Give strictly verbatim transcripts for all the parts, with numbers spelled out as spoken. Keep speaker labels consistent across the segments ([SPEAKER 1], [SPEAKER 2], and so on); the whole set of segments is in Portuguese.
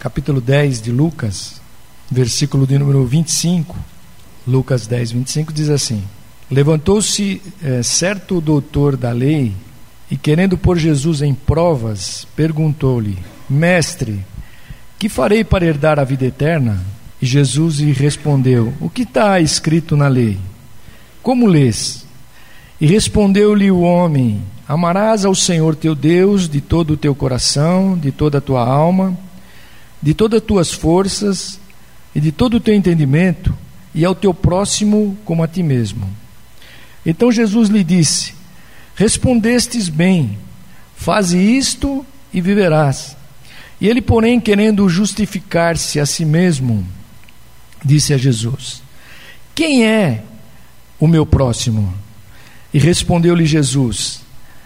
[SPEAKER 1] capítulo dez de Lucas, versículo de número vinte e cinco. Lucas dez, vinte e cinco diz assim: levantou-se é, certo doutor da lei e, querendo pôr Jesus em provas, perguntou-lhe: mestre, que farei para herdar a vida eterna? E Jesus lhe respondeu: o que está escrito na lei? Como lês? E respondeu-lhe o homem: amarás ao Senhor teu Deus de todo o teu coração, de toda a tua alma, de todas as tuas forças e de todo o teu entendimento, e ao teu próximo como a ti mesmo. Então Jesus lhe disse: respondestes bem, faze isto e viverás. E ele, porém, querendo justificar-se a si mesmo, disse a Jesus: quem é o meu próximo? E respondeu-lhe Jesus: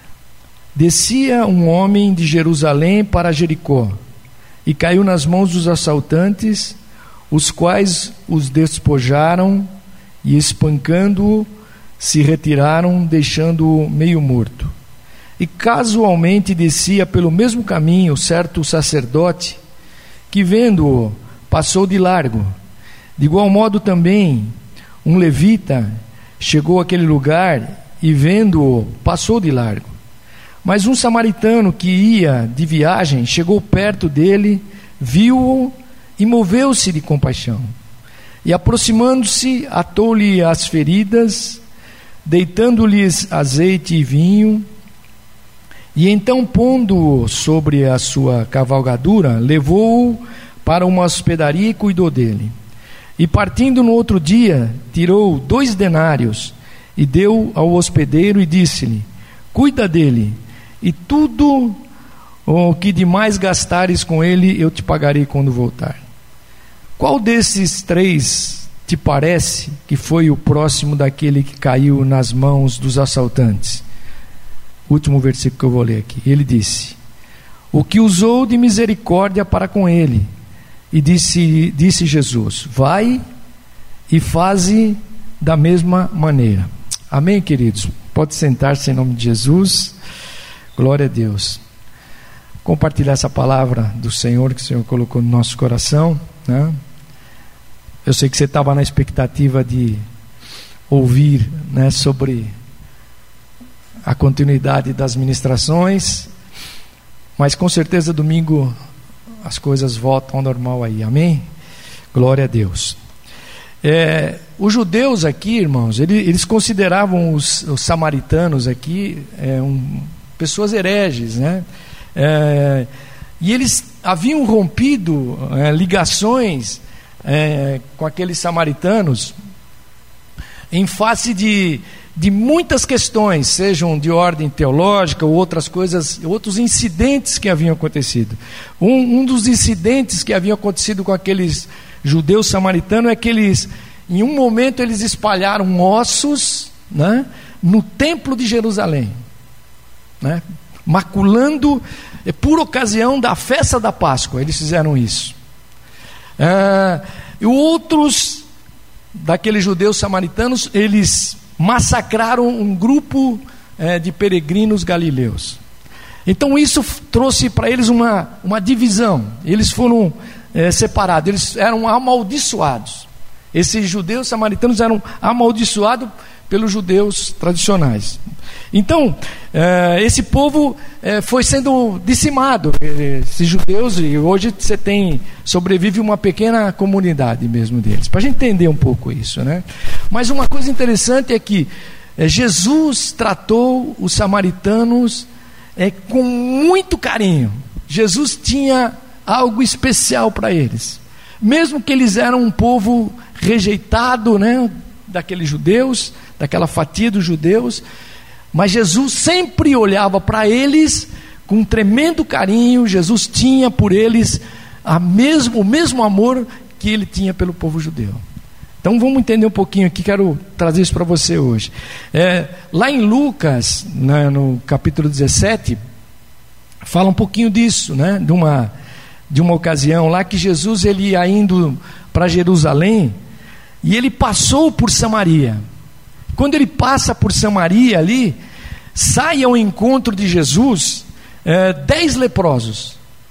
[SPEAKER 1] descia um homem de Jerusalém para Jericó, e caiu nas mãos dos assaltantes, os quais os despojaram, e espancando-o, se retiraram, deixando-o meio morto. E casualmente descia pelo mesmo caminho certo sacerdote, que vendo-o, passou de largo. De igual modo também, um levita chegou àquele lugar e, vendo-o, passou de largo. Mas um samaritano que ia de viagem chegou perto dele, viu-o e moveu-se de compaixão. E, aproximando-se, atou-lhe as feridas, deitando-lhes azeite e vinho, e então, pondo-o sobre a sua cavalgadura, levou-o para uma hospedaria e cuidou dele. E, partindo no outro dia, tirou dois denários e deu ao hospedeiro e disse-lhe: cuida dele, e tudo o que demais gastares com ele eu te pagarei quando voltar. Qual desses três te parece que foi o próximo daquele que caiu nas mãos dos assaltantes? Último versículo que eu vou ler aqui. Ele disse: o que usou de misericórdia para com ele. E disse, disse Jesus: vai e faze da mesma maneira. Amém, queridos? Pode sentar-se em nome de Jesus. Glória a Deus. Compartilhar essa palavra do Senhor que o Senhor colocou no nosso coração, né? Eu sei que você estava na expectativa de ouvir, né, sobre a continuidade das ministrações, mas com certeza domingo as coisas voltam ao normal aí, amém? Glória a Deus. É, os judeus aqui, irmãos, eles, eles consideravam os, os samaritanos aqui é, um, pessoas hereges, né? É, e eles haviam rompido é, ligações é, com aqueles samaritanos em face de, de muitas questões, sejam de ordem teológica ou outras coisas, outros incidentes que haviam acontecido. Um, um dos incidentes que haviam acontecido com aqueles judeus samaritanos é que eles, em um momento, eles espalharam ossos, né, no templo de Jerusalém, né, maculando, por ocasião da festa da Páscoa, eles fizeram isso. Ah, e outros daqueles judeus samaritanos, eles massacraram um grupo é, de peregrinos galileus. Então isso trouxe para eles uma, uma divisão. Eles foram é, separados, eles eram amaldiçoados. Esses judeus samaritanos eram amaldiçoados pelos judeus tradicionais. Então é, esse povo é, foi sendo dizimado, esses judeus, e hoje você tem, sobrevive uma pequena comunidade mesmo deles, para a gente entender um pouco isso, né? Mas uma coisa interessante é que é, Jesus tratou os samaritanos é, com muito carinho. Jesus tinha algo especial para eles, mesmo que eles eram um povo rejeitado, né, daqueles judeus, daquela fatia dos judeus, mas Jesus sempre olhava para eles com um tremendo carinho. Jesus tinha por eles a mesmo, o mesmo amor que ele tinha pelo povo judeu. Então vamos entender um pouquinho aqui, quero trazer isso para você hoje. É, lá em Lucas, né, no capítulo dezessete, fala um pouquinho disso, né, de uma, de uma ocasião lá que Jesus ele ia indo para Jerusalém e ele passou por Samaria. Quando ele passa por Samaria ali, sai ao encontro de Jesus é, dez leprosos.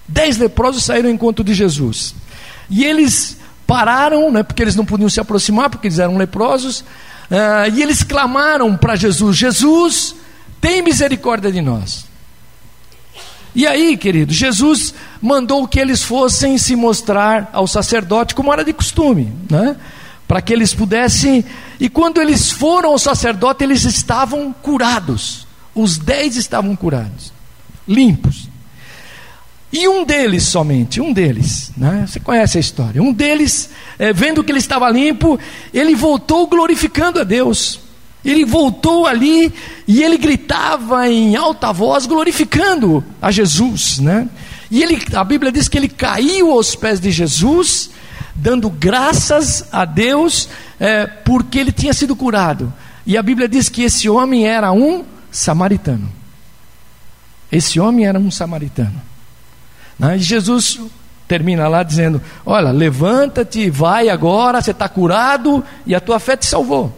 [SPEAKER 1] Dez leprosos saíram ao encontro de Jesus. E eles pararam, né, porque eles não podiam se aproximar, porque eles eram leprosos. Uh, e eles clamaram para Jesus: Jesus, tem misericórdia de nós. E aí, querido, Jesus mandou que eles fossem se mostrar ao sacerdote, como era de costume, né? Para que eles pudessem. E quando eles foram ao sacerdote, eles estavam curados. Os dez estavam curados, limpos. E um deles somente, um deles, né? Você conhece a história. Um deles, é, vendo que ele estava limpo, ele voltou glorificando a Deus. Ele voltou ali e ele gritava em alta voz, glorificando a Jesus, né? E ele, a Bíblia diz que ele caiu aos pés de Jesus, dando graças a Deus, é, porque ele tinha sido curado. E a Bíblia diz que esse homem era um samaritano. Esse homem era um samaritano. E Jesus termina lá dizendo: olha, levanta-te, vai agora, você está curado e a tua fé te salvou.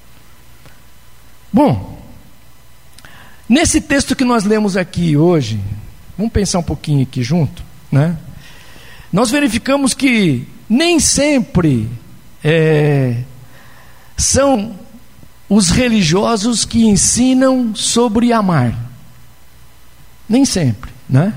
[SPEAKER 1] Bom, nesse texto que nós lemos aqui hoje, vamos pensar um pouquinho aqui junto, né? Nós verificamos que nem sempre é, são os religiosos que ensinam sobre amar. Nem sempre, né?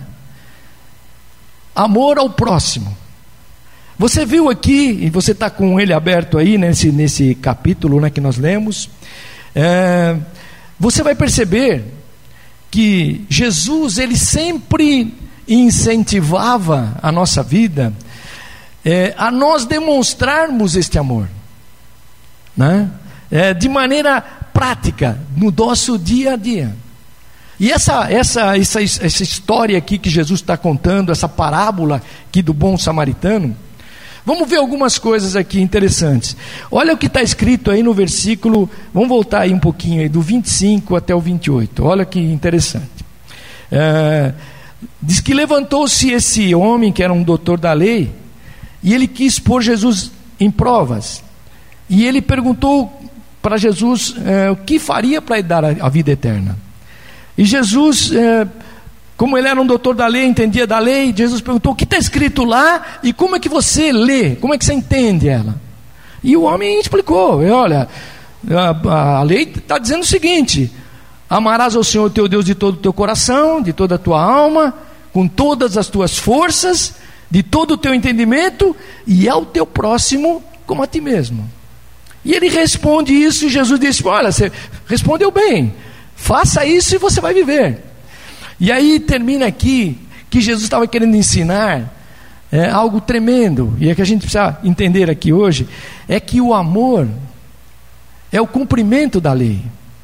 [SPEAKER 1] Amor ao próximo. Você viu aqui, e você está com ele aberto aí, nesse, nesse capítulo, né, que nós lemos, é, você vai perceber que Jesus, ele sempre incentivava a nossa vida é, a nós demonstrarmos este amor, né? É, de maneira prática, no nosso dia a dia. E essa, essa, essa, essa história aqui que Jesus está contando, essa parábola aqui do bom samaritano, vamos ver algumas coisas aqui interessantes. Olha o que está escrito aí no versículo, vamos voltar aí um pouquinho, aí, do vinte e cinco até o vinte e oito, olha que interessante. É, diz que levantou-se esse homem, que era um doutor da lei, e ele quis pôr Jesus em provas, e ele perguntou para Jesus é, o que faria para lhe dar a, a vida eterna. E Jesus, é, como ele era um doutor da lei, entendia da lei, Jesus perguntou: o que está escrito lá e como é que você lê, como é que você entende ela? E o homem explicou: olha, a, a lei está dizendo o seguinte: amarás ao Senhor teu Deus de todo o teu coração, de toda a tua alma, com todas as tuas forças, de todo o teu entendimento, e ao teu próximo como a ti mesmo. E ele responde isso, e Jesus disse: olha, você respondeu bem, faça isso e você vai viver. E aí termina aqui que Jesus estava querendo ensinar é, algo tremendo, e é que a gente precisa entender aqui hoje, é que o amor é o cumprimento da lei,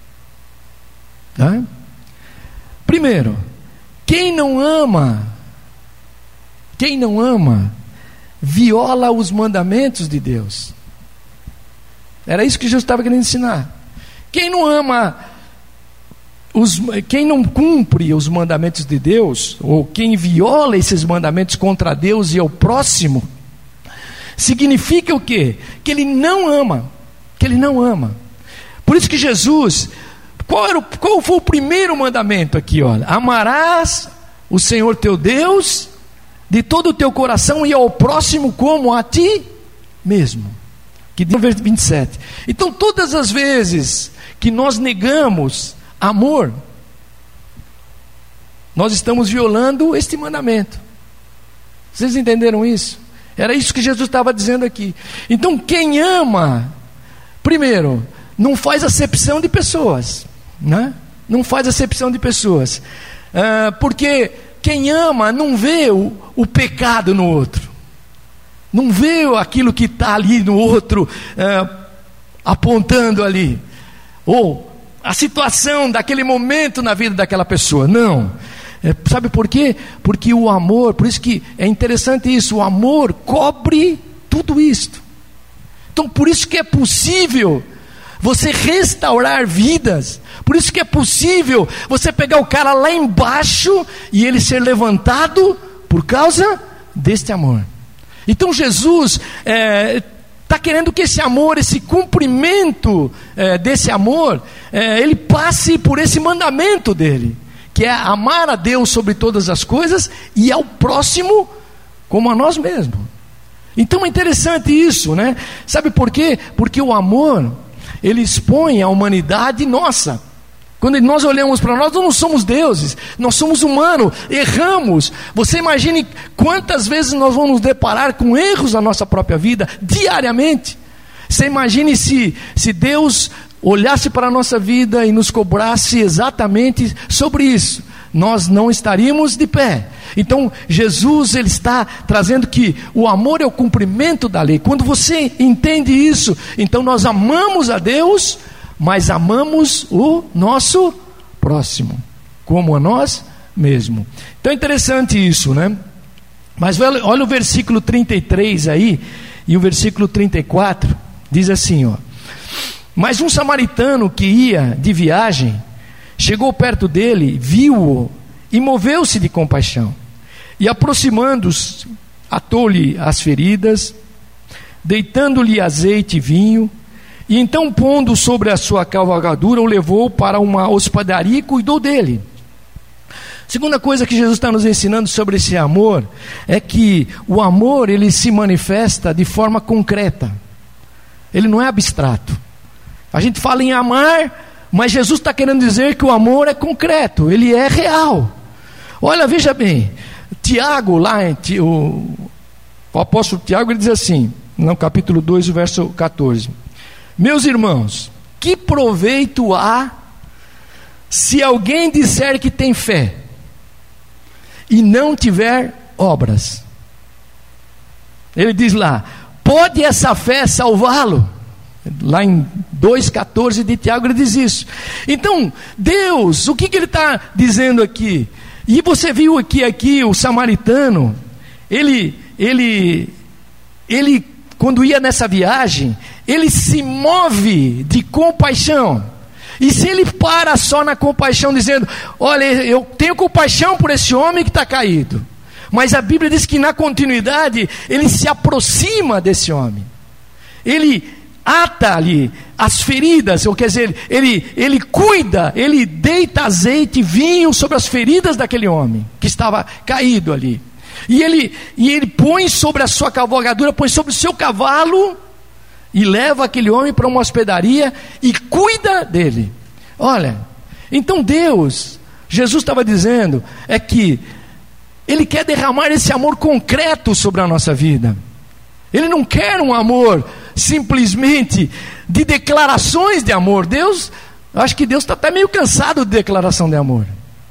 [SPEAKER 1] né? Primeiro, quem não ama, quem não ama, viola os mandamentos de Deus. Era isso que Jesus estava querendo ensinar. Quem não ama, os, quem não cumpre os mandamentos de Deus, ou quem viola esses mandamentos contra Deus e ao próximo, significa o quê? Que ele não ama, que ele não ama. Por isso que Jesus, qual, era o, qual foi o primeiro mandamento aqui? Olha, amarás o Senhor teu Deus de todo o teu coração e ao próximo como a ti mesmo. Que diz no versículo vinte e sete. Então todas as vezes que nós negamos amor, nós estamos violando este mandamento. Vocês entenderam isso? Era isso que Jesus estava dizendo aqui. Então quem ama, primeiro, não faz acepção de pessoas, né? Não faz acepção de pessoas, uh, porque quem ama não vê o, o pecado no outro, não vê aquilo que está ali no outro, uh, apontando ali, ou a situação daquele momento na vida daquela pessoa. Não, é, sabe por quê? Porque o amor, por isso que é interessante isso, o amor cobre tudo isto. Então por isso que é possível você restaurar vidas, por isso que é possível você pegar o cara lá embaixo e ele ser levantado por causa deste amor. Então Jesus é, está querendo que esse amor, esse cumprimento é, desse amor, é, ele passe por esse mandamento dele, que é amar a Deus sobre todas as coisas e ao próximo como a nós mesmos. Então é interessante isso, né? Sabe por quê? Porque o amor, ele expõe a humanidade nossa. Quando nós olhamos para nós, nós não somos deuses, nós somos humanos, erramos. Você imagine quantas vezes nós vamos nos deparar com erros na nossa própria vida, diariamente. Você imagine se, se Deus olhasse para a nossa vida e nos cobrasse exatamente sobre isso, nós não estaríamos de pé. Então Jesus, ele está trazendo que o amor é o cumprimento da lei. Quando você entende isso, então nós amamos a Deus, mas amamos o nosso próximo, como a nós mesmos. Então é interessante isso, né? Mas olha, olha o versículo trinta e três aí, e o versículo trinta e quatro, diz assim, ó: mas um samaritano que ia de viagem, chegou perto dele, viu-o e moveu-se de compaixão, e aproximando-se, atou-lhe as feridas, deitando-lhe azeite e vinho, e então pondo sobre a sua cavalgadura, o levou para uma hospedaria e cuidou dele. Segunda coisa que Jesus está nos ensinando sobre esse amor, é que o amor, ele se manifesta de forma concreta, ele não é abstrato. A gente fala em amar, mas Jesus está querendo dizer que o amor é concreto, ele é real. Olha, veja bem, Tiago, lá em, o, o apóstolo Tiago, ele diz assim, no capítulo dois, o verso catorze: meus irmãos, que proveito há se alguém disser que tem fé e não tiver obras? Ele diz lá, pode essa fé salvá-lo? Lá em dois, catorze de Tiago ele diz isso. Então, Deus, o que, que ele está dizendo aqui? E você viu aqui, aqui o samaritano, ele, ele, ele, quando ia nessa viagem, ele se move de compaixão. E se ele para só na compaixão, dizendo, olha, eu tenho compaixão por esse homem que está caído, mas a Bíblia diz que na continuidade, ele se aproxima desse homem, ele ata ali as feridas, ou quer dizer, ele, ele cuida, ele deita azeite e vinho sobre as feridas daquele homem, que estava caído ali, e ele, e ele põe sobre a sua cavalgadura, põe sobre o seu cavalo, e leva aquele homem para uma hospedaria, e cuida dele. Olha, então Deus, Jesus estava dizendo, é que Ele quer derramar esse amor concreto sobre a nossa vida. Ele não quer um amor simplesmente de declarações de amor. Deus, eu acho que Deus está até meio cansado de declaração de amor.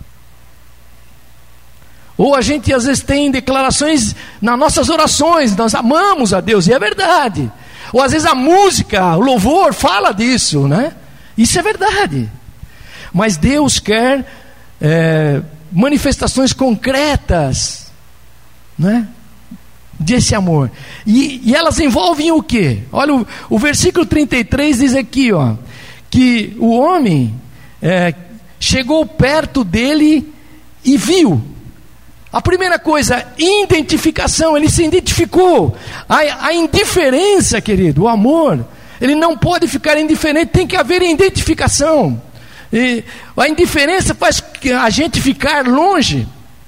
[SPEAKER 1] Ou a gente às vezes tem declarações nas nossas orações, nós amamos a Deus, e é verdade. Ou às vezes a música, o louvor fala disso, né? Isso é verdade. Mas Deus quer é, manifestações concretas, né? Desse amor, e, e elas envolvem o quê? Olha, o, o versículo trinta e três diz aqui, ó, que o homem é, chegou perto dele e viu. A primeira coisa, identificação, ele se identificou. A, a indiferença, querido, o amor, ele não pode ficar indiferente, tem que haver identificação. E a indiferença faz a gente ficar longe.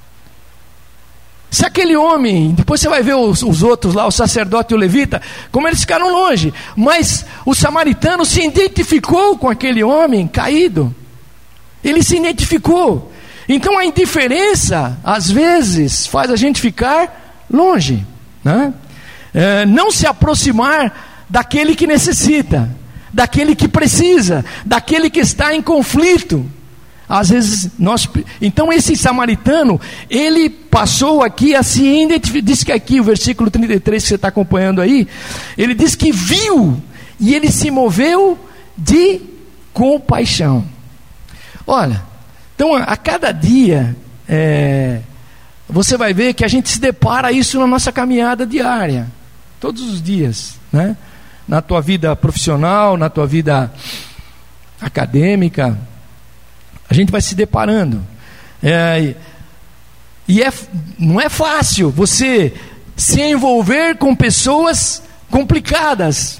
[SPEAKER 1] Se aquele homem, depois você vai ver os, os outros lá, o sacerdote e o levita, como eles ficaram longe, mas o samaritano se identificou com aquele homem caído, ele se identificou. Então a indiferença, às vezes, faz a gente ficar longe, né? É, não se aproximar daquele que necessita, daquele que precisa, daquele que está em conflito. Às vezes nós, então esse samaritano, ele passou aqui a se identificar. Diz que aqui o versículo trinta e três que você está acompanhando aí, ele diz que viu e ele se moveu de compaixão. Olha, então a cada dia é, você vai ver que a gente se depara isso na nossa caminhada diária, todos os dias, né? Na tua vida profissional, na tua vida acadêmica, a gente vai se deparando, é, e é, não é fácil você se envolver com pessoas complicadas.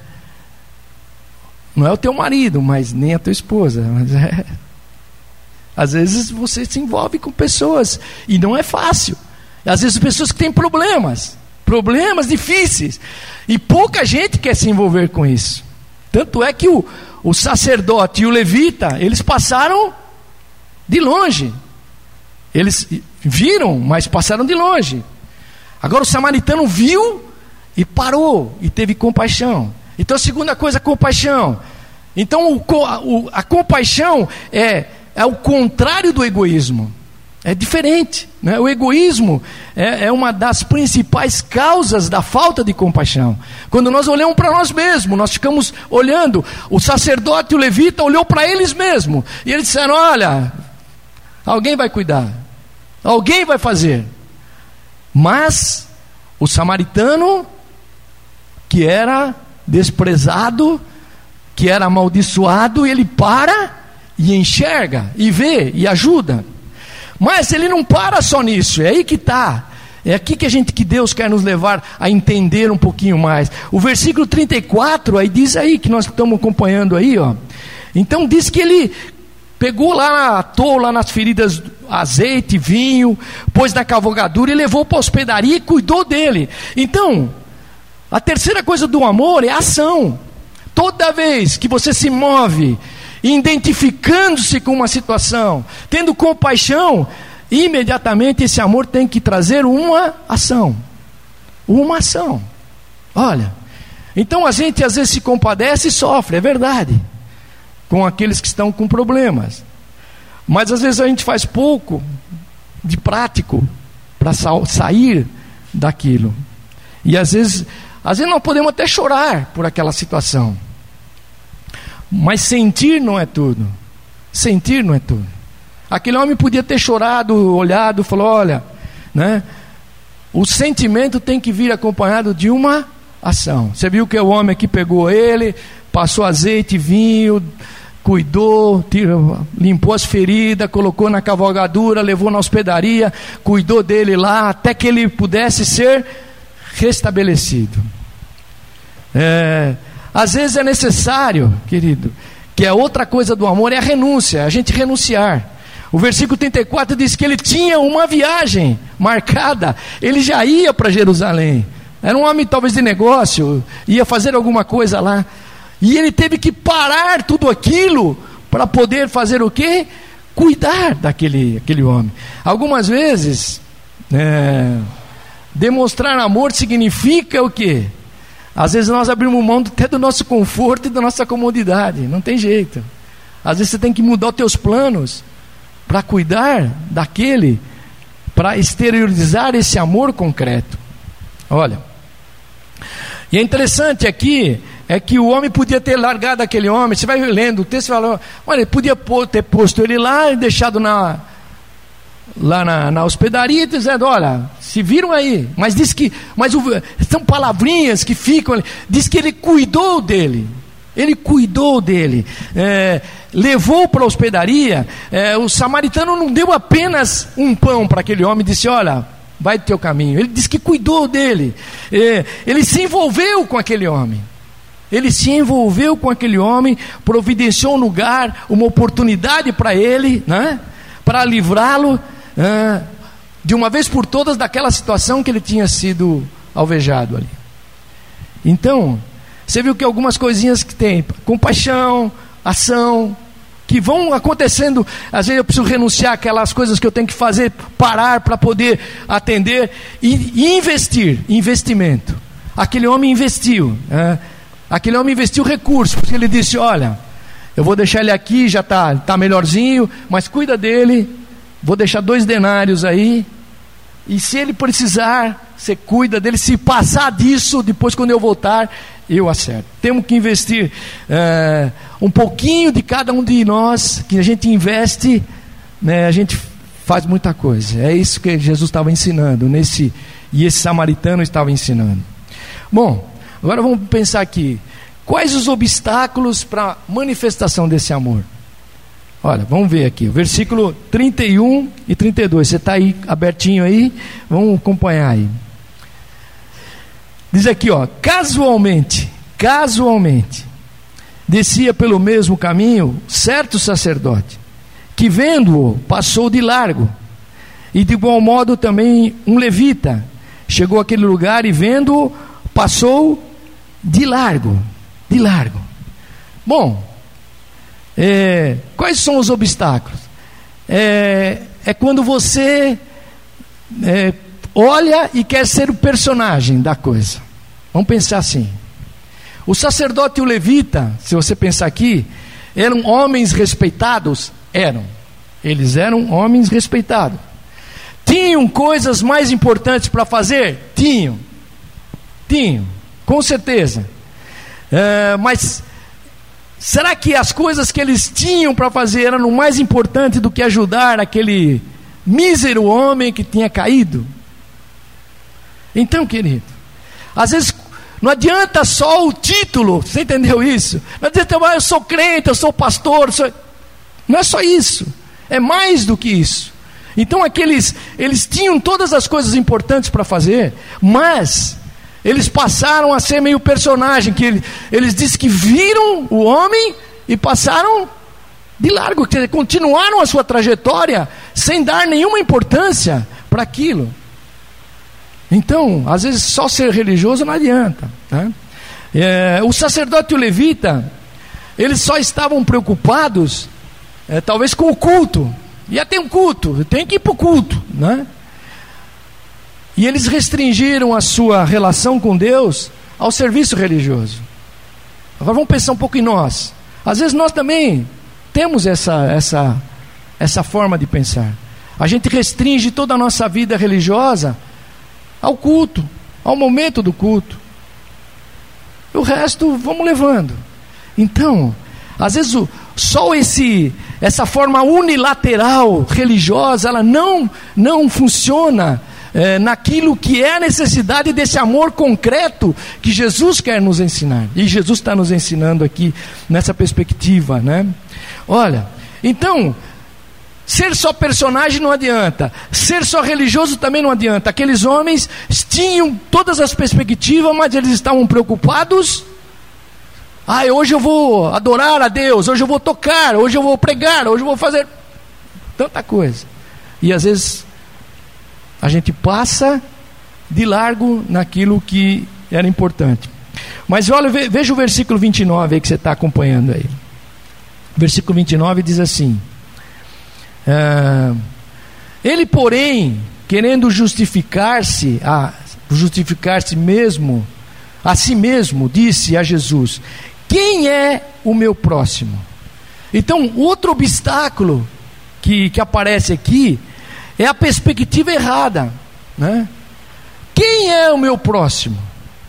[SPEAKER 1] Não é o teu marido, mas nem a tua esposa, mas é, Às vezes você se envolve com pessoas e não é fácil. Às vezes pessoas que têm problemas, problemas difíceis, e pouca gente quer se envolver com isso. Tanto é que o, o sacerdote e o levita, eles passaram de longe. Eles viram, mas passaram de longe. Agora o samaritano viu e parou, e teve compaixão. Então a segunda coisa, compaixão. Então o, o, a compaixão é, é o contrário do egoísmo. É diferente, né? O egoísmo é, é uma das principais causas da falta de compaixão. Quando nós olhamos para nós mesmos, nós ficamos olhando. O sacerdote e o levita olhou para eles mesmos, e eles disseram: olha, alguém vai cuidar, alguém vai fazer. Mas o samaritano, que era desprezado, que era amaldiçoado, ele para e enxerga, e vê, e ajuda. Mas ele não para só nisso, é aí que está. É aqui que a gente, que Deus quer nos levar a entender um pouquinho mais. O versículo trinta e quatro, aí diz aí, que nós estamos acompanhando aí, ó. Então diz que ele pegou lá, atou lá nas feridas azeite, vinho, pôs na cavalgadura e levou para a hospedaria e cuidou dele. Então, a terceira coisa do amor é a ação. Toda vez que você se move, identificando-se com uma situação, tendo compaixão, imediatamente esse amor tem que trazer uma ação. Uma ação. Olha, então a gente às vezes se compadece e sofre, é verdade, com aqueles que estão com problemas. Mas às vezes a gente faz pouco de prático para sa- sair daquilo. E às vezes, às vezes nós podemos até chorar por aquela situação. Mas sentir não é tudo. Sentir não é tudo. Aquele homem podia ter chorado, olhado, falou: olha, né? O sentimento tem que vir acompanhado de uma ação. Você viu que o homem aqui pegou ele, passou azeite, vinho, cuidou, tirou, limpou as feridas, colocou na cavalgadura, levou na hospedaria, cuidou dele lá, até que ele pudesse ser restabelecido. É... Às vezes é necessário, querido, que a outra coisa do amor é a renúncia, a gente renunciar. O versículo trinta e quatro diz que ele tinha uma viagem marcada, ele já ia para Jerusalém, era um homem talvez de negócio, ia fazer alguma coisa lá, e ele teve que parar tudo aquilo para poder fazer o quê? Cuidar daquele aquele homem. Algumas vezes, é, demonstrar amor significa o quê? Às vezes nós abrimos mão até do nosso conforto e da nossa comodidade, não tem jeito. Às vezes você tem que mudar os teus planos para cuidar daquele, para exteriorizar esse amor concreto. Olha, e é interessante aqui, é que o homem podia ter largado aquele homem. Você vai lendo o texto e fala: olha, ele podia ter posto ele lá e deixado na... lá na, na hospedaria, dizendo: olha, se viram aí, mas diz que, mas o, são palavrinhas que ficam ali, diz que ele cuidou dele, ele cuidou dele, é, levou para a hospedaria, é, o samaritano não deu apenas um pão para aquele homem e disse: olha, vai do teu caminho. Ele disse que cuidou dele, é, ele se envolveu com aquele homem, ele se envolveu com aquele homem, providenciou um lugar, uma oportunidade para ele, né, para livrá-lo Ah, de uma vez por todas daquela situação que ele tinha sido alvejado ali. Então, você viu que algumas coisinhas que tem compaixão, ação, que vão acontecendo. Às vezes eu preciso renunciar àquelas coisas que eu tenho que fazer, parar para poder atender e, e investir, investimento. Aquele homem investiu, ah, aquele homem investiu recursos, porque ele disse: olha, eu vou deixar ele aqui, já está tá melhorzinho, mas cuida dele. Vou deixar dois denários aí, e se ele precisar, você cuida dele. Se passar disso, depois quando eu voltar, eu acerto. Temos que investir é, um pouquinho de cada um de nós, que a gente investe, né, a gente faz muita coisa. É isso que Jesus estava ensinando, nesse, e esse samaritano estava ensinando. Bom, agora vamos pensar aqui, quais os obstáculos para a manifestação desse amor? Olha, vamos ver aqui, o versículo trinta e um e trinta e dois, você está aí abertinho aí, vamos acompanhar aí. Diz aqui, ó, casualmente, casualmente, descia pelo mesmo caminho certo sacerdote, que vendo-o, passou de largo. E de igual modo também um levita chegou àquele lugar e vendo-o, passou de largo, de largo. Bom, é, quais são os obstáculos? É, é quando você é, olha e quer ser o personagem da coisa. Vamos pensar assim. O sacerdote e o levita, se você pensar aqui, eram homens respeitados? Eram. Eles eram homens respeitados. Tinham coisas mais importantes para fazer? Tinham. Tinham, com certeza. É, mas será que as coisas que eles tinham para fazer eram mais importantes do que ajudar aquele mísero homem que tinha caído? Então, querido, às vezes não adianta só o título, você entendeu isso? Não adianta, ah, eu sou crente, eu sou pastor, eu sou... não é só isso, é mais do que isso. Então aqueles, eles tinham todas as coisas importantes para fazer, mas eles passaram a ser meio personagem, que ele, eles dizem que viram o homem e passaram de largo, quer dizer, continuaram a sua trajetória sem dar nenhuma importância para aquilo. Então, às vezes só ser religioso não adianta, né? É, o sacerdote e o levita, eles só estavam preocupados, é, talvez com o culto. Ia ter um culto, tem que ir para o culto, né? E eles restringiram a sua relação com Deus ao serviço religioso. Agora vamos pensar um pouco em nós. Às vezes nós também temos essa, essa, essa forma de pensar. A gente restringe toda a nossa vida religiosa ao culto, ao momento do culto. O resto vamos levando. Então, às vezes o, só esse, essa forma unilateral religiosa, ela não, não funciona é, naquilo que é a necessidade desse amor concreto que Jesus quer nos ensinar. E Jesus está nos ensinando aqui nessa perspectiva, né? Olha, então, ser só personagem não adianta, ser só religioso também não adianta. Aqueles homens tinham todas as perspectivas, mas eles estavam preocupados. Ah, hoje eu vou adorar a Deus, hoje eu vou tocar, hoje eu vou pregar, hoje eu vou fazer tanta coisa. E às vezes a gente passa de largo naquilo que era importante. Mas olha, veja o versículo vinte e nove aí que você está acompanhando aí. O versículo vinte e nove diz assim: ah, ele, porém, querendo justificar-se, a justificar-se mesmo, a si mesmo, disse a Jesus: quem é o meu próximo? Então, outro obstáculo que, que aparece aqui é a perspectiva errada, né? Quem é o meu próximo?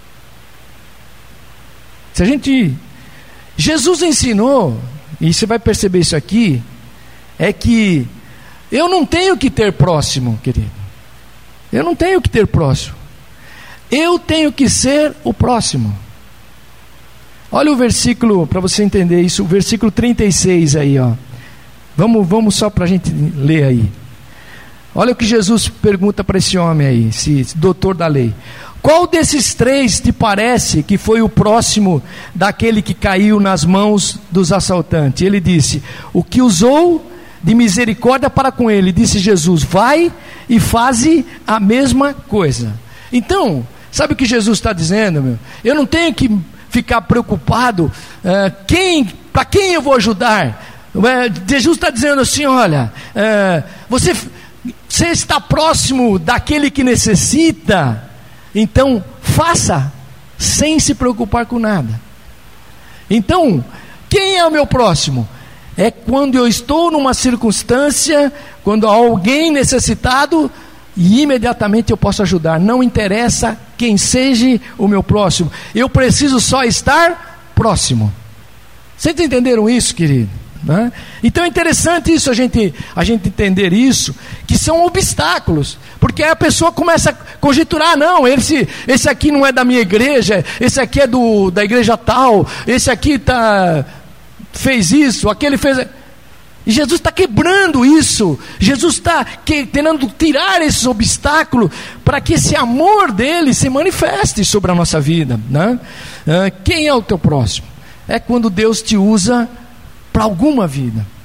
[SPEAKER 1] Se a gente, Jesus ensinou, e você vai perceber isso aqui, é que eu não tenho que ter próximo, querido. Eu não tenho que ter próximo. Eu tenho que ser o próximo. Olha o versículo, para você entender isso, o versículo trinta e seis aí, ó. Vamos, vamos só para a gente ler aí. Olha o que Jesus pergunta para esse homem aí, esse, esse doutor da lei. Qual desses três te parece que foi o próximo daquele que caiu nas mãos dos assaltantes? Ele disse: o que usou de misericórdia para com ele. Disse Jesus: vai e faze a mesma coisa. Então, sabe o que Jesus está dizendo, meu? Eu não tenho que ficar preocupado uh, quem, para quem eu vou ajudar. Uh, Jesus está dizendo assim: olha, uh, você, você está próximo daquele que necessita, então faça sem se preocupar com nada. Então, quem é o meu próximo? É quando eu estou numa circunstância, quando há alguém necessitado, e imediatamente eu posso ajudar. Não interessa quem seja o meu próximo, eu preciso só estar próximo. Vocês entenderam isso, querido? Né? Então é interessante isso, a gente, a gente entender isso, que são obstáculos, porque aí a pessoa começa a conjecturar: não, esse, esse aqui não é da minha igreja, esse aqui é do, da igreja tal, esse aqui tá, fez isso, aquele fez... E Jesus está quebrando isso. Jesus está que, tentando tirar esses obstáculos para que esse amor dele se manifeste sobre a nossa vida, né? Ah, quem é o teu próximo? É quando Deus te usa para alguma vida.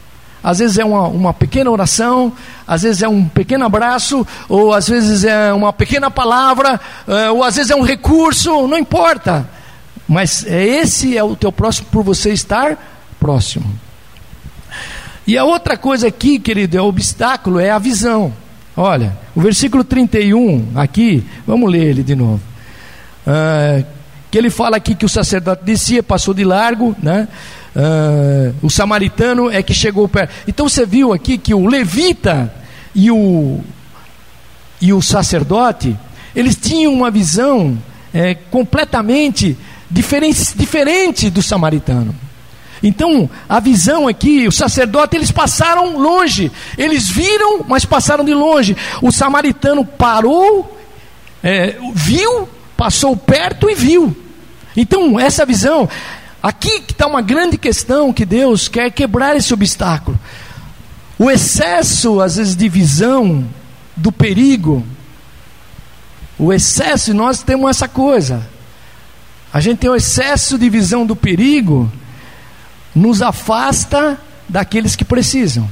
[SPEAKER 1] às vezes é uma, uma pequena oração, às vezes é um pequeno abraço, ou às vezes é uma pequena palavra, ou às vezes é um recurso, não importa. Mas esse é o teu próximo por você estar próximo. E a outra coisa aqui, querido, é o obstáculo, é a visão. Olha, o versículo trinta e um aqui, vamos ler ele de novo. Uh, que ele fala aqui que o sacerdote descia, passou de largo, né? Uh, o samaritano é que chegou perto. Então você viu aqui que o levita e o, e o sacerdote, eles tinham uma visão é, completamente diferente, diferente do samaritano. Então a visão aqui, o sacerdote, eles passaram longe, eles viram, mas passaram de longe. O samaritano parou, é, viu, passou perto e viu. Então essa visão, aqui que está uma grande questão, que Deus quer quebrar esse obstáculo. O excesso às vezes de visão do perigo, o excesso, e nós temos essa coisa, a gente tem o excesso de visão do perigo, nos afasta daqueles que precisam.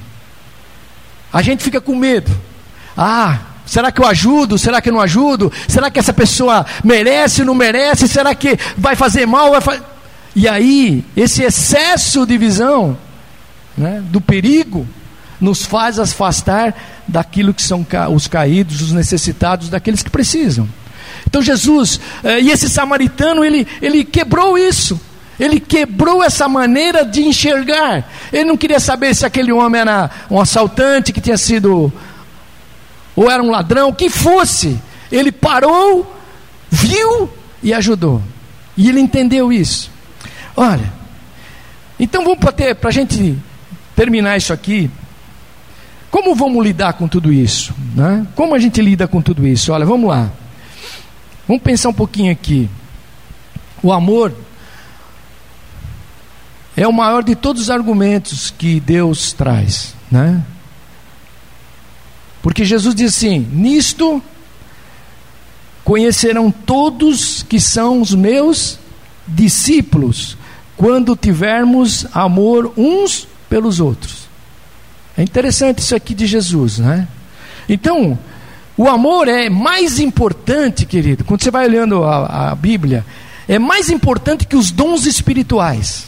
[SPEAKER 1] A gente fica com medo. Ah, será que eu ajudo? Será que eu não ajudo? Será que essa pessoa merece ou não merece? Será que vai fazer mal? Vai fa... E aí, esse excesso de visão, né, do perigo, nos faz afastar daquilo que são os caídos, os necessitados, daqueles que precisam. Então Jesus, eh, e esse samaritano, ele, ele quebrou isso. Ele quebrou essa maneira de enxergar. Ele não queria saber se aquele homem era um assaltante que tinha sido, ou era um ladrão, o que fosse. Ele parou, viu e ajudou. E ele entendeu isso. Olha, então vamos para a gente terminar isso aqui. Como vamos lidar com tudo isso, né? Como a gente lida com tudo isso? Olha, vamos lá. Vamos pensar um pouquinho aqui. O amor é o maior de todos os argumentos que Deus traz, né? Porque Jesus diz assim: nisto conhecerão todos que são os meus discípulos, quando tivermos amor uns pelos outros. É interessante isso aqui de Jesus, né? Então, o amor é mais importante, querido, quando você vai olhando a, a Bíblia, é mais importante que os dons espirituais.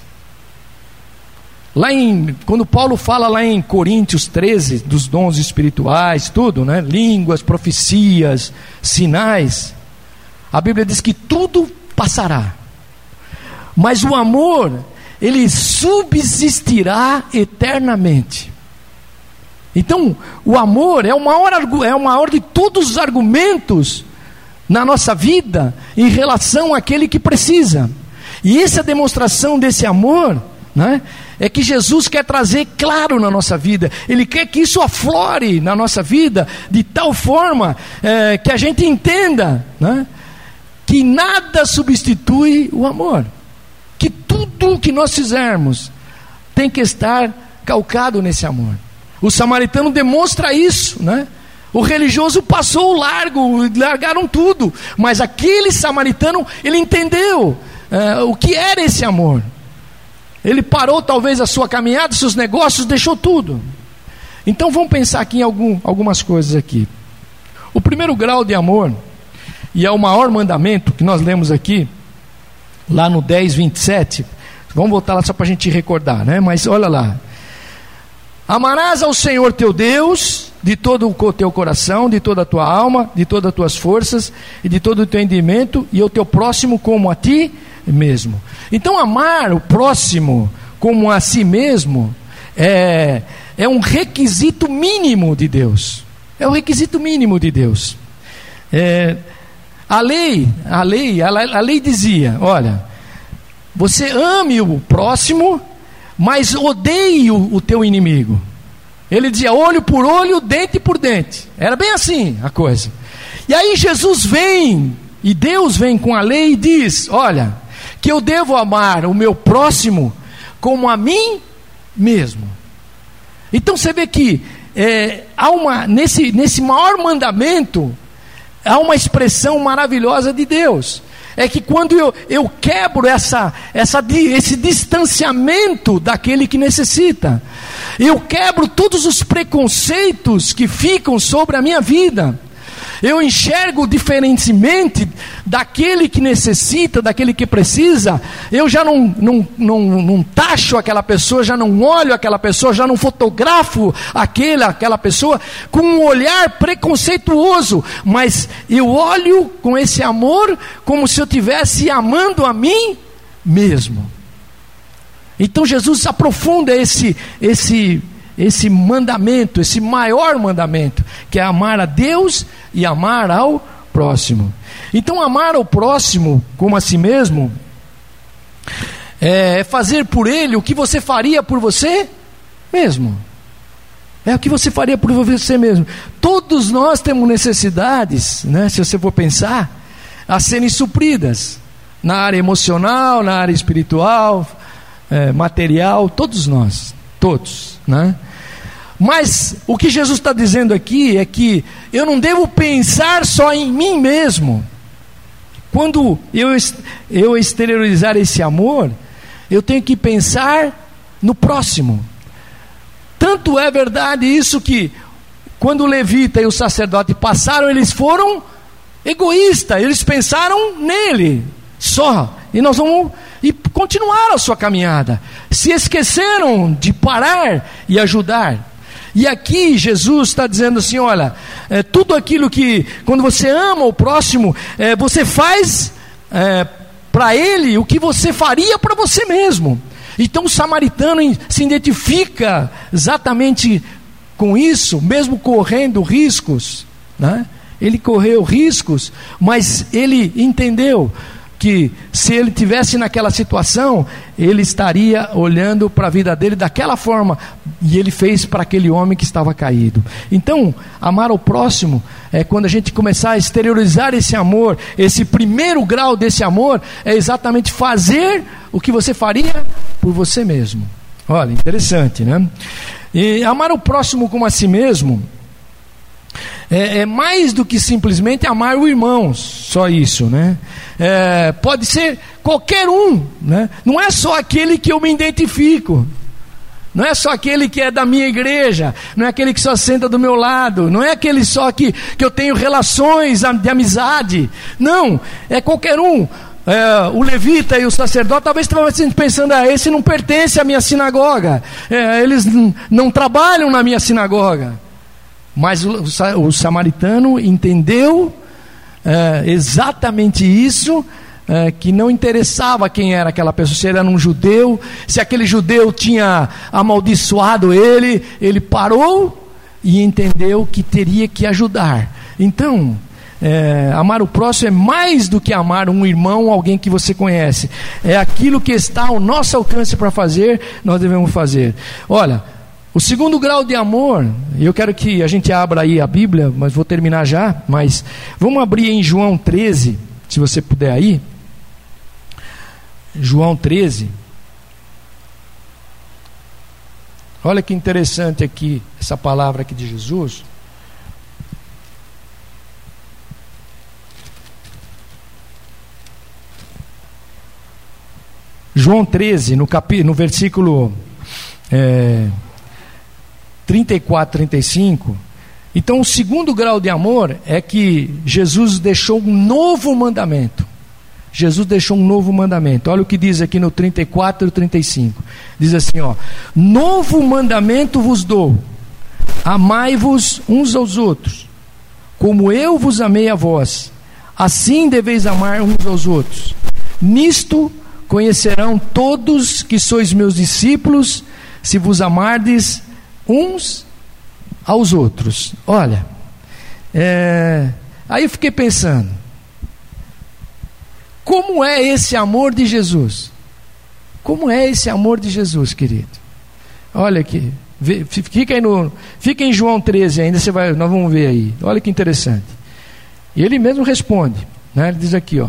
[SPEAKER 1] Lá em, quando Paulo fala lá em Coríntios treze, dos dons espirituais, tudo, né? Línguas, profecias, sinais, a Bíblia diz que tudo passará, mas o amor, ele subsistirá eternamente. Então, o amor é o maior, é o maior de todos os argumentos na nossa vida em relação àquele que precisa. E essa demonstração desse amor, né, é que Jesus quer trazer claro na nossa vida. Ele quer que isso aflore na nossa vida de tal forma é, que a gente entenda, né, que nada substitui o amor, que tudo que nós fizermos tem que estar calcado nesse amor. O samaritano demonstra isso, né? O religioso passou o largo, largaram tudo, mas aquele samaritano, ele entendeu é, o que era esse amor. Ele parou talvez a sua caminhada, seus negócios, deixou tudo. Então vamos pensar aqui em algum, algumas coisas aqui. O primeiro grau de amor, e é o maior mandamento que nós lemos aqui, lá no dez, vinte e sete, vamos voltar lá só para a gente recordar, né? Mas olha lá: amarás ao Senhor teu Deus de todo o teu coração, de toda a tua alma, de todas as tuas forças e de todo o teu entendimento, e o teu próximo como a ti mesmo. Então amar o próximo como a si mesmo é, é um requisito mínimo de Deus. É o requisito mínimo de Deus. É, a lei, a lei, a, a lei dizia: olha, você ame o próximo, mas odeie o, o teu inimigo. Ele dizia olho por olho, dente por dente. Era bem assim a coisa. E aí Jesus vem, e Deus vem com a lei e diz: olha, que eu devo amar o meu próximo como a mim mesmo. Então você vê que é, há uma, nesse, nesse maior mandamento, há uma expressão maravilhosa de Deus. É que quando eu, eu quebro essa, essa, esse distanciamento daquele que necessita, Eu quebro todos os preconceitos que ficam sobre a minha vida. Eu enxergo diferentemente daquele que necessita, daquele que precisa. Eu já não, não, não, não taxo aquela pessoa, já não olho aquela pessoa, já não fotografo aquele, aquela pessoa com um olhar preconceituoso, mas eu olho com esse amor como se eu estivesse amando a mim mesmo. Então Jesus aprofunda esse, esse, esse mandamento, esse maior mandamento, que é amar a Deus e amar ao próximo. Então amar ao próximo como a si mesmo é fazer por ele o que você faria por você mesmo. É o que você faria por você mesmo. Todos nós temos necessidades, né, se você for pensar, a serem supridas, na área emocional, na área espiritual, é, material, todos nós, todos, né? Mas o que Jesus está dizendo aqui é que eu não devo pensar só em mim mesmo. Quando eu, eu exteriorizar esse amor, eu tenho que pensar no próximo. Tanto é verdade isso que quando o levita e o sacerdote passaram, eles foram egoístas, eles pensaram nele só, e nós vamos e continuaram a sua caminhada, se esqueceram de parar e ajudar. E aqui Jesus está dizendo assim, olha, é, tudo aquilo que, quando você ama o próximo, é, você faz é, para ele o que você faria para você mesmo. Então o samaritano se identifica exatamente com isso, mesmo correndo riscos, né? Ele correu riscos, mas ele entendeu que se ele tivesse naquela situação, ele estaria olhando para a vida dele daquela forma, e ele fez para aquele homem que estava caído. Então, amar ao próximo é quando a gente começar a exteriorizar esse amor. Esse primeiro grau desse amor é exatamente fazer o que você faria por você mesmo. Olha, interessante, né? E amar o próximo como a si mesmo É, é mais do que simplesmente amar o irmão, só isso, né? É, pode ser qualquer um, né? Não é só aquele que eu me identifico, não é só aquele que é da minha igreja, não é aquele que só senta do meu lado, não é aquele só que, que eu tenho relações de amizade, não, é qualquer um. É, o levita e o sacerdote talvez estavam pensando, ah, esse não pertence à minha sinagoga, é, eles n- não trabalham na minha sinagoga. Mas o, o, o samaritano entendeu é, exatamente isso, é, que não interessava quem era aquela pessoa, se ele era um judeu, se aquele judeu tinha amaldiçoado ele, ele parou e entendeu que teria que ajudar. Então, é, amar o próximo é mais do que amar um irmão, alguém que você conhece, é aquilo que está ao nosso alcance para fazer, nós devemos fazer. Olha, o segundo grau de amor, eu quero que a gente abra aí a Bíblia, mas vou terminar já, mas vamos abrir em João treze, se você puder aí. João treze. Olha que interessante aqui, essa palavra aqui de Jesus. João treze, no, capi, no versículo... É, trinta e quatro, trinta e cinco. Então o segundo grau de amor é que Jesus deixou um novo mandamento. Jesus deixou um novo mandamento. Olha o que diz aqui no trinta e quatro e trinta e cinco. Diz assim, ó: novo mandamento vos dou, amai-vos uns aos outros, como eu vos amei a vós, assim deveis amar uns aos outros. Nisto conhecerão todos que sois meus discípulos, se vos amardes uns aos outros. Olha, é... aí eu fiquei pensando, como é esse amor de Jesus? Como é esse amor de Jesus, querido? Olha aqui, fica aí no, fica em João treze ainda, você vai, nós vamos ver aí. Olha que interessante. E ele mesmo responde, né? Ele diz aqui, ó,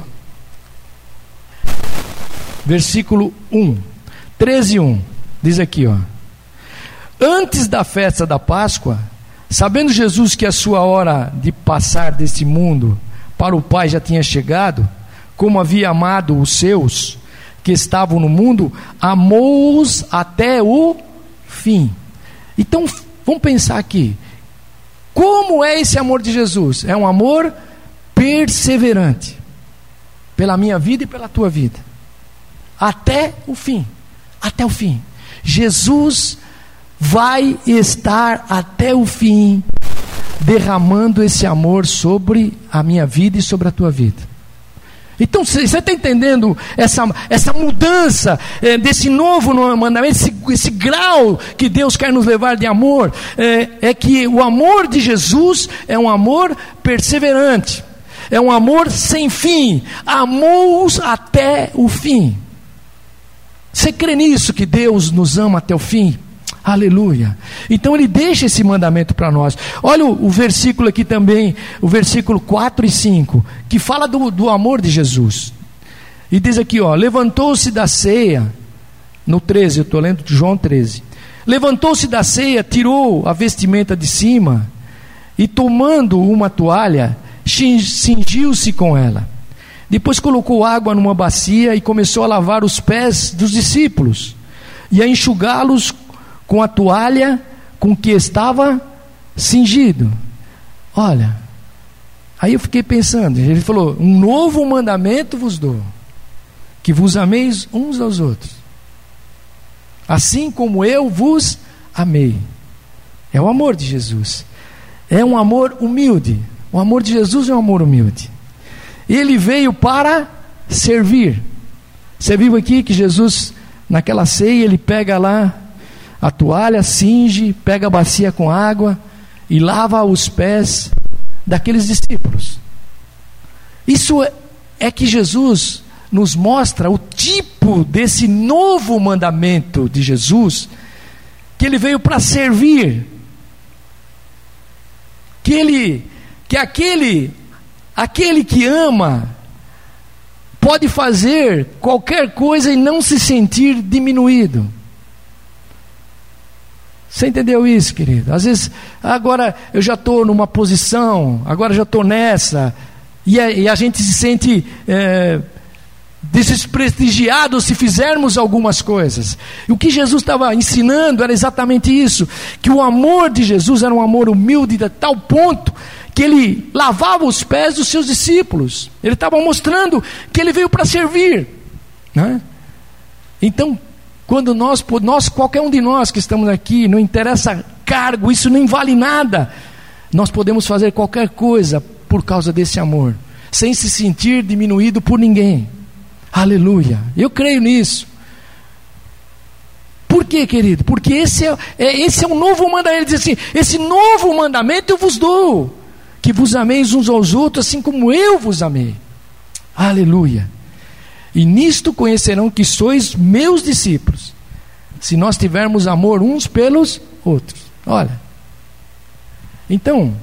[SPEAKER 1] versículo um, treze, um, diz aqui, ó: antes da festa da Páscoa, sabendo Jesus que a sua hora de passar deste mundo para o Pai já tinha chegado, como havia amado os seus que estavam no mundo, amou-os até o fim. Então, vamos pensar aqui. Como é esse amor de Jesus? É um amor perseverante. Pela minha vida e pela tua vida. Até o fim. Até o fim. Jesus vai estar até o fim derramando esse amor sobre a minha vida e sobre a tua vida. Então você está entendendo essa, essa mudança, é, desse novo mandamento, esse, esse grau que Deus quer nos levar de amor, é, é que o amor de Jesus é um amor perseverante, é um amor sem fim, amou-os até o fim. Você crê nisso, que Deus nos ama até o fim? Aleluia. Então ele deixa esse mandamento para nós. Olha o, o versículo aqui também, o versículo quatro e cinco, que fala do, do amor de Jesus. E diz aqui, ó, levantou-se da ceia, no treze, eu estou lendo de João treze. Levantou-se da ceia, tirou a vestimenta de cima, e tomando uma toalha, cingiu-se com ela. Depois colocou água numa bacia e começou a lavar os pés dos discípulos, e a enxugá-los com a toalha com que estava cingido. Olha, aí eu fiquei pensando, ele falou, um novo mandamento vos dou, que vos ameis uns aos outros, assim como eu vos amei. É o amor de Jesus, é um amor humilde. O amor de Jesus é um amor humilde. Ele veio para servir. Você viu aqui que Jesus, naquela ceia, ele pega lá a toalha, cinge, pega a bacia com água e lava os pés daqueles discípulos. Isso é, é que Jesus nos mostra o tipo desse novo mandamento de Jesus, que ele veio para servir, que ele, que aquele, aquele que ama pode fazer qualquer coisa e não se sentir diminuído. Você entendeu isso, querido? Às vezes, agora eu já estou numa posição, agora já estou nessa, e a, e a gente se sente é, desprestigiado se fizermos algumas coisas. E o que Jesus estava ensinando era exatamente isso, que o amor de Jesus era um amor humilde a tal ponto que ele lavava os pés dos seus discípulos. Ele estava mostrando que ele veio para servir, né? Então, quando nós, nós, qualquer um de nós que estamos aqui, não interessa cargo, isso nem vale nada, nós podemos fazer qualquer coisa por causa desse amor, sem se sentir diminuído por ninguém. Aleluia, eu creio nisso. Por quê, querido? Porque esse é, é, esse é um novo mandamento. Ele diz assim, esse novo mandamento eu vos dou, que vos ameis uns aos outros, assim como eu vos amei. Aleluia. E nisto conhecerão que sois meus discípulos, se nós tivermos amor uns pelos outros. Olha, então,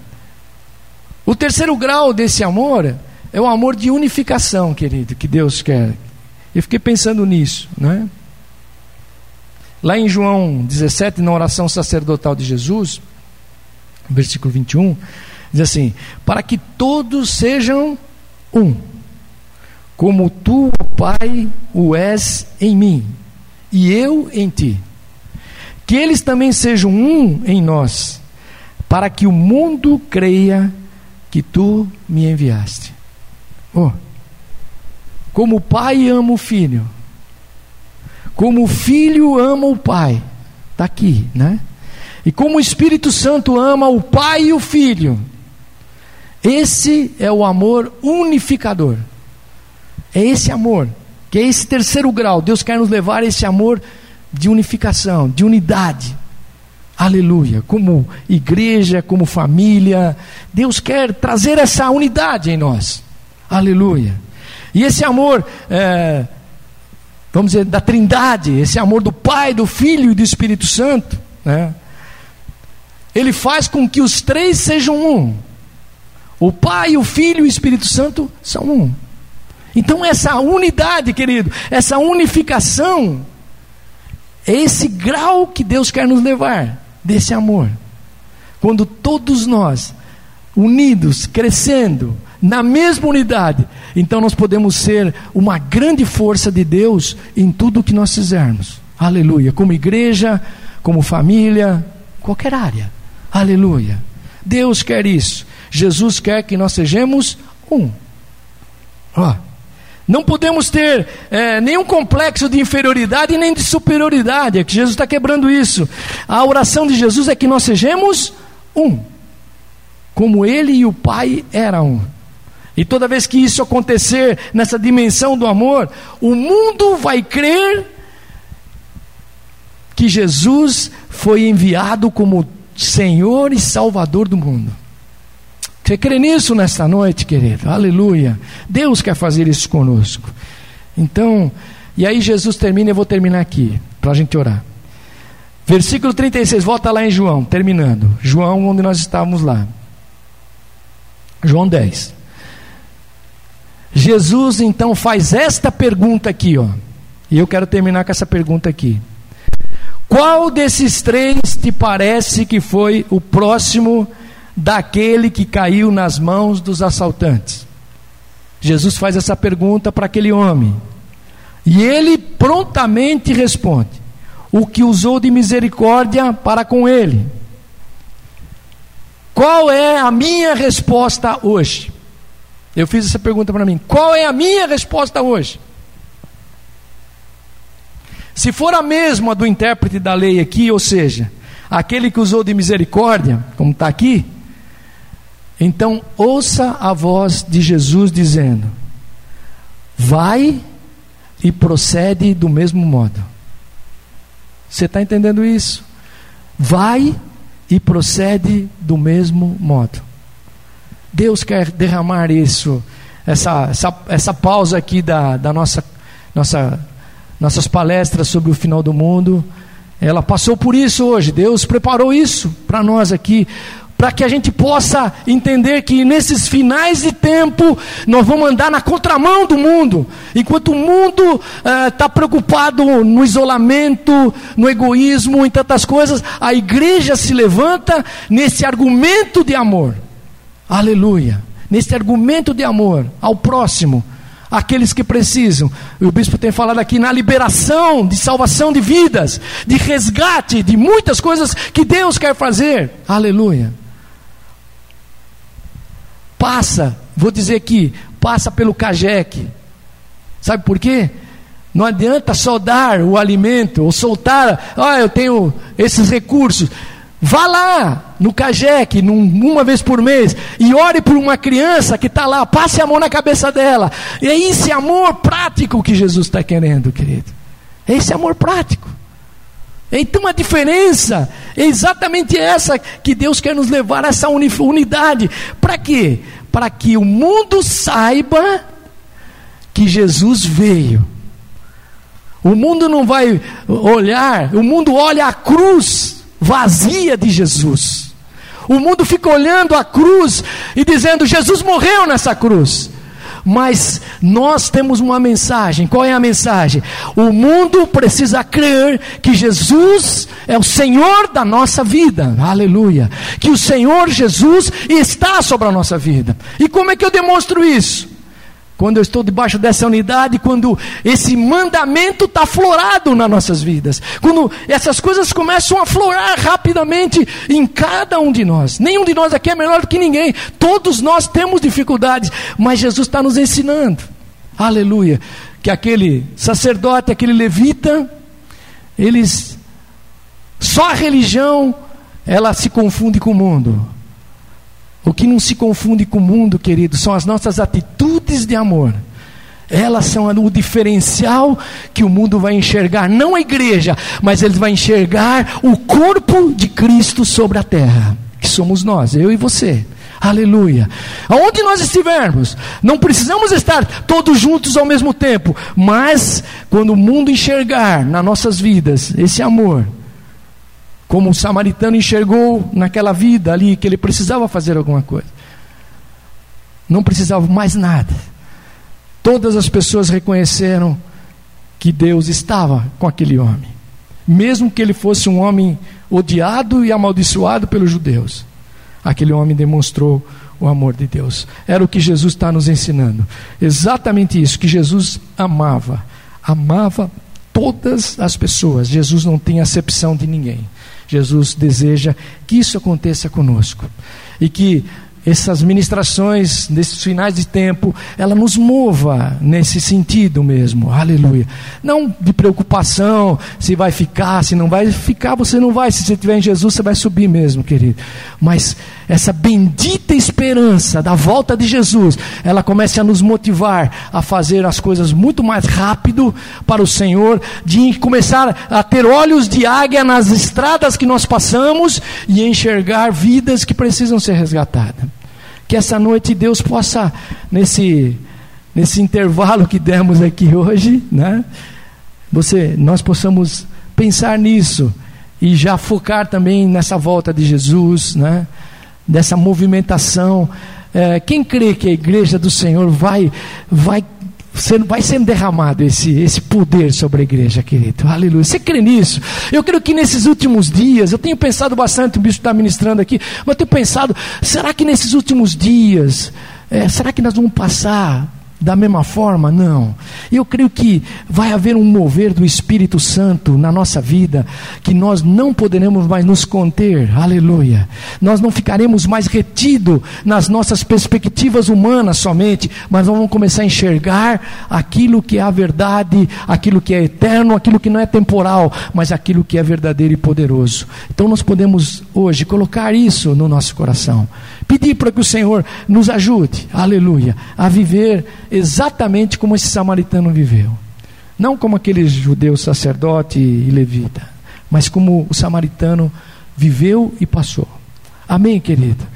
[SPEAKER 1] o terceiro grau desse amor é o amor de unificação, querido, que Deus quer. Eu fiquei pensando nisso, não é? Lá em João dezessete, na oração sacerdotal de Jesus, versículo vinte e um, diz assim, para que todos sejam um, como tu, Pai, o és em mim, e eu em ti. Que eles também sejam um em nós, para que o mundo creia que tu me enviaste. Oh, como o Pai ama o Filho, como o Filho ama o Pai, está aqui, né? E como o Espírito Santo ama o Pai e o Filho, esse é o amor unificador. É esse amor, que é esse terceiro grau. Deus quer nos levar a esse amor de unificação, de unidade. Aleluia. Como igreja, como família, Deus quer trazer essa unidade em nós. Aleluia. E esse amor, é, vamos dizer, da Trindade, esse amor do Pai, do Filho e do Espírito Santo, né? Ele faz com que os três sejam um. O Pai, o Filho e o Espírito Santo são um. Então essa unidade, querido, essa unificação, é esse grau que Deus quer nos levar, desse amor. Quando todos nós, unidos, crescendo, na mesma unidade, então nós podemos ser uma grande força de Deus em tudo o que nós fizermos. Aleluia, como igreja, como família qualquer área. Aleluia. Deus quer isso. Jesus quer que nós sejamos um. Ó, não podemos ter é, nenhum complexo de inferioridade nem de superioridade. É que Jesus está quebrando isso. A oração de Jesus é que nós sejamos um, como Ele e o Pai eram um. E toda vez que isso acontecer nessa dimensão do amor, o mundo vai crer que Jesus foi enviado como Senhor e Salvador do mundo. Você crê nisso nesta noite, querido? Aleluia. Deus quer fazer isso conosco. Então, e aí Jesus termina, eu vou terminar aqui, para a gente orar. Versículo trinta e seis, volta lá em João, terminando. João, onde nós estávamos lá. João dez. Jesus então faz esta pergunta aqui, ó. E eu quero terminar com essa pergunta aqui. Qual desses três te parece que foi o próximo daquele que caiu nas mãos dos assaltantes? Jesus faz essa pergunta para aquele homem. E ele prontamente responde: o que usou de misericórdia para com ele. Qual é a minha resposta hoje? Eu fiz essa pergunta para mim. Qual é a minha resposta hoje? Se for a mesma do intérprete da lei aqui, ou seja, aquele que usou de misericórdia, como está aqui, então ouça a voz de Jesus dizendo: vai e procede do mesmo modo. Você está entendendo isso? Vai e procede do mesmo modo. Deus quer derramar isso, essa, essa, essa pausa aqui da, da nossa, nossa, nossas palestras sobre o final do mundo. Ela passou por isso hoje. Deus preparou isso para nós aqui, para que a gente possa entender que nesses finais de tempo nós vamos andar na contramão do mundo. Enquanto o mundo está uh, preocupado no isolamento, no egoísmo, em tantas coisas, a igreja se levanta nesse argumento de amor. Aleluia. Nesse argumento de amor ao próximo, aqueles que precisam. O bispo tem falado aqui na liberação, de salvação de vidas, de resgate, de muitas coisas que Deus quer fazer. Aleluia. Passa, vou dizer aqui, passa pelo CAGEC. Sabe por quê? Não adianta só dar o alimento, ou soltar, ah, eu tenho esses recursos. Vá lá no CAGEC, num, uma vez por mês, e ore por uma criança que está lá, passe a mão na cabeça dela. E é esse amor prático que Jesus está querendo, querido. É esse amor prático. Então a diferença é exatamente essa que Deus quer nos levar a essa unidade. Para quê? Para que o mundo saiba que Jesus veio. O mundo não vai olhar, o mundo olha a cruz vazia de Jesus. O mundo fica olhando a cruz e dizendo: Jesus morreu nessa cruz. Mas nós temos uma mensagem. Qual é a mensagem? O mundo precisa crer que Jesus é o Senhor da nossa vida. Aleluia. Que o Senhor Jesus está sobre a nossa vida. E como é que eu demonstro isso? Quando eu estou debaixo dessa unidade, quando esse mandamento está aflorado nas nossas vidas, quando essas coisas começam a aflorar rapidamente em cada um de nós. Nenhum de nós aqui é melhor do que ninguém, todos nós temos dificuldades, mas Jesus está nos ensinando, aleluia, que aquele sacerdote, aquele levita, eles, só a religião, ela se confunde com o mundo. O que não se confunde com o mundo, querido, são as nossas atitudes de amor. Elas são o diferencial que o mundo vai enxergar, não a igreja, mas ele vai enxergar o corpo de Cristo sobre a terra, que somos nós, eu e você. Aleluia. Aonde nós estivermos, não precisamos estar todos juntos ao mesmo tempo, mas quando o mundo enxergar nas nossas vidas esse amor, como o samaritano enxergou naquela vida ali, que ele precisava fazer alguma coisa, não precisava mais nada, todas as pessoas reconheceram que Deus estava com aquele homem, mesmo que ele fosse um homem odiado e amaldiçoado pelos judeus. Aquele homem demonstrou o amor de Deus. Era o que Jesus está nos ensinando, exatamente isso, que Jesus amava, amava todas as pessoas. Jesus não tem acepção de ninguém. Jesus deseja que isso aconteça conosco. E que essas ministrações, nesses finais de tempo, ela nos mova nesse sentido mesmo, aleluia. Não de preocupação, se vai ficar, se não vai ficar, você não vai. Se você estiver em Jesus, você vai subir mesmo, querido. Mas essa bendita esperança da volta de Jesus, ela começa a nos motivar a fazer as coisas muito mais rápido para o Senhor, de começar a ter olhos de águia nas estradas que nós passamos e enxergar vidas que precisam ser resgatadas. Que essa noite Deus possa, nesse, nesse intervalo que demos aqui hoje, né, você, nós possamos pensar nisso e já focar também nessa volta de Jesus, né, dessa movimentação. É, quem crê que a igreja do Senhor vai, vai, ser, vai sendo derramado esse, esse poder sobre a igreja, querido, aleluia. Você crê nisso? Eu creio que nesses últimos dias, eu tenho pensado bastante, o bispo está ministrando aqui, mas eu tenho pensado, será que nesses últimos dias, é, será que nós vamos passar da mesma forma? Não. Eu creio que vai haver um mover do Espírito Santo na nossa vida, que nós não poderemos mais nos conter, aleluia. Nós não ficaremos mais retidos nas nossas perspectivas humanas somente, mas nós vamos começar a enxergar aquilo que é a verdade, aquilo que é eterno, aquilo que não é temporal, mas aquilo que é verdadeiro e poderoso. Então nós podemos hoje colocar isso no nosso coração, pedir para que o Senhor nos ajude, aleluia, a viver exatamente como esse samaritano viveu. Não como aquele judeu sacerdote e levita, mas como o samaritano viveu e passou. Amém, querido?